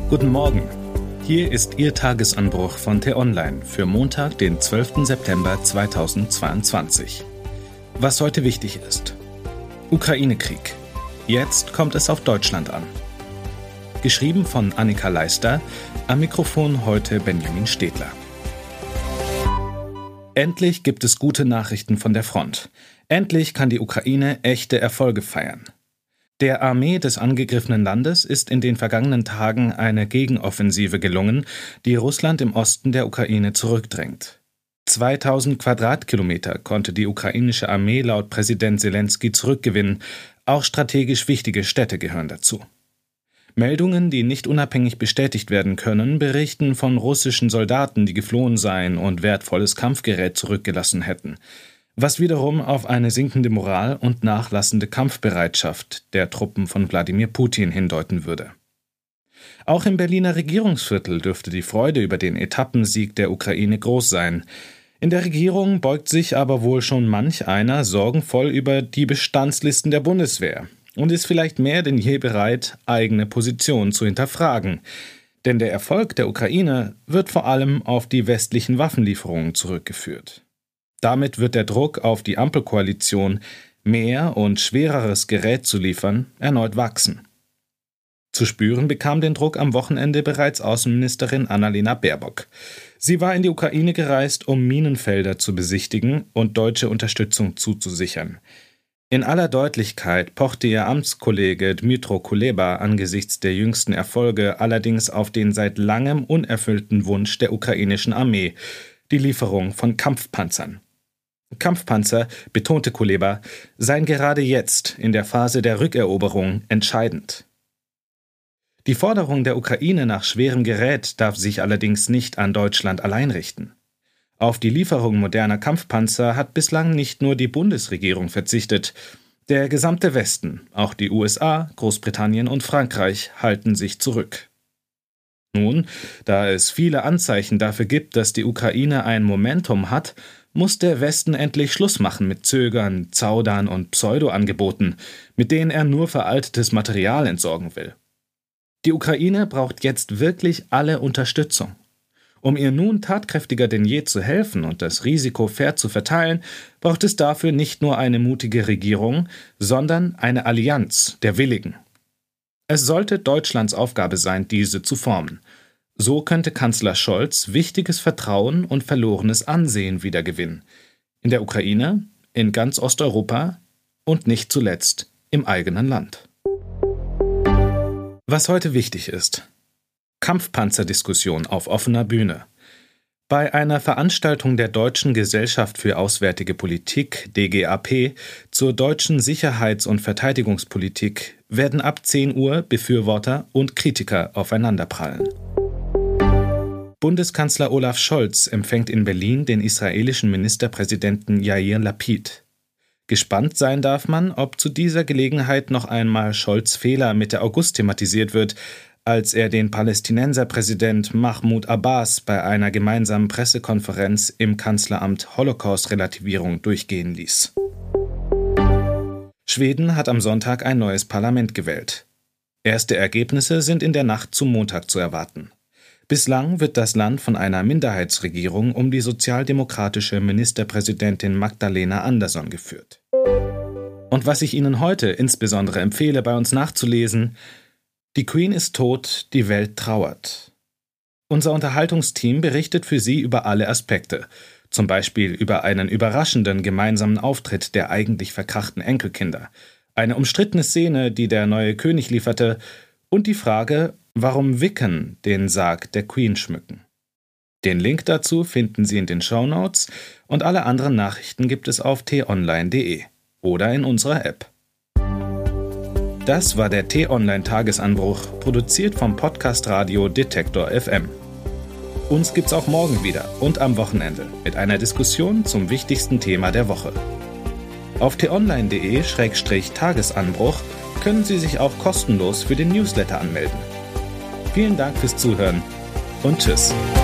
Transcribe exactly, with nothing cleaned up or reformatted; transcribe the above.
Guten Morgen. Hier ist Ihr Tagesanbruch von T-Online für Montag, den zwölften September zweitausendzweiundzwanzig. Was heute wichtig ist: Ukraine-Krieg. Jetzt kommt es auf Deutschland an. Geschrieben von Annika Leister, am Mikrofon heute Benjamin Stedler. Endlich gibt es gute Nachrichten von der Front. Endlich kann die Ukraine echte Erfolge feiern. Der Armee des angegriffenen Landes ist in den vergangenen Tagen eine Gegenoffensive gelungen, die Russland im Osten der Ukraine zurückdrängt. zweitausend Quadratkilometer konnte die ukrainische Armee laut Präsident Selenskyj zurückgewinnen. Auch strategisch wichtige Städte gehören dazu. Meldungen, die nicht unabhängig bestätigt werden können, berichten von russischen Soldaten, die geflohen seien und wertvolles Kampfgerät zurückgelassen hätten, was wiederum auf eine sinkende Moral und nachlassende Kampfbereitschaft der Truppen von Wladimir Putin hindeuten würde. Auch im Berliner Regierungsviertel dürfte die Freude über den Etappensieg der Ukraine groß sein. In der Regierung beugt sich aber wohl schon manch einer sorgenvoll über die Bestandslisten der Bundeswehr und ist vielleicht mehr denn je bereit, eigene Positionen zu hinterfragen. Denn der Erfolg der Ukraine wird vor allem auf die westlichen Waffenlieferungen zurückgeführt. Damit wird der Druck auf die Ampelkoalition, mehr und schwereres Gerät zu liefern, erneut wachsen. Zu spüren bekam den Druck am Wochenende bereits Außenministerin Annalena Baerbock. Sie war in die Ukraine gereist, um Minenfelder zu besichtigen und deutsche Unterstützung zuzusichern. In aller Deutlichkeit pochte ihr Amtskollege Dmytro Kuleba angesichts der jüngsten Erfolge allerdings auf den seit langem unerfüllten Wunsch der ukrainischen Armee, die Lieferung von Kampfpanzern. Kampfpanzer, betonte Kuleba, seien gerade jetzt, in der Phase der Rückeroberung, entscheidend. Die Forderung der Ukraine nach schwerem Gerät darf sich allerdings nicht an Deutschland allein richten. Auf die Lieferung moderner Kampfpanzer hat bislang nicht nur die Bundesregierung verzichtet. Der gesamte Westen, auch die U S A, Großbritannien und Frankreich, halten sich zurück. Nun, da es viele Anzeichen dafür gibt, dass die Ukraine ein Momentum hat, muss der Westen endlich Schluss machen mit Zögern, Zaudern und Pseudo-Angeboten, mit denen er nur veraltetes Material entsorgen will. Die Ukraine braucht jetzt wirklich alle Unterstützung. Um ihr nun tatkräftiger denn je zu helfen und das Risiko fair zu verteilen, braucht es dafür nicht nur eine mutige Regierung, sondern eine Allianz der Willigen. Es sollte Deutschlands Aufgabe sein, diese zu formen. So könnte Kanzler Scholz wichtiges Vertrauen und verlorenes Ansehen wiedergewinnen. In der Ukraine, in ganz Osteuropa und nicht zuletzt im eigenen Land. Was heute wichtig ist: Kampfpanzerdiskussion auf offener Bühne. Bei einer Veranstaltung der Deutschen Gesellschaft für Auswärtige Politik, D G A P, zur deutschen Sicherheits- und Verteidigungspolitik werden ab zehn Uhr Befürworter und Kritiker aufeinanderprallen. Bundeskanzler Olaf Scholz empfängt in Berlin den israelischen Ministerpräsidenten Yair Lapid. Gespannt sein darf man, ob zu dieser Gelegenheit noch einmal Scholz' Fehler Mitte August thematisiert wird, als er den Palästinenserpräsident Mahmoud Abbas bei einer gemeinsamen Pressekonferenz im Kanzleramt Holocaust-Relativierung durchgehen ließ. Schweden hat am Sonntag ein neues Parlament gewählt. Erste Ergebnisse sind in der Nacht zum Montag zu erwarten. Bislang wird das Land von einer Minderheitsregierung um die sozialdemokratische Ministerpräsidentin Magdalena Andersson geführt. Und was ich Ihnen heute insbesondere empfehle, bei uns nachzulesen: Die Queen ist tot, die Welt trauert. Unser Unterhaltungsteam berichtet für Sie über alle Aspekte, zum Beispiel über einen überraschenden gemeinsamen Auftritt der eigentlich verkrachten Enkelkinder, eine umstrittene Szene, die der neue König lieferte, und die Frage, warum Wicken den Sarg der Queen schmücken. Den Link dazu finden Sie in den Shownotes und alle anderen Nachrichten gibt es auf t online punkt de oder in unserer App. Das war der T-Online-Tagesanbruch, produziert vom Podcast Radio Detektor F M. Uns gibt's auch morgen wieder und am Wochenende mit einer Diskussion zum wichtigsten Thema der Woche. Auf t online punkt de Schrägstrich Tagesanbruch können Sie sich auch kostenlos für den Newsletter anmelden. Vielen Dank fürs Zuhören und tschüss.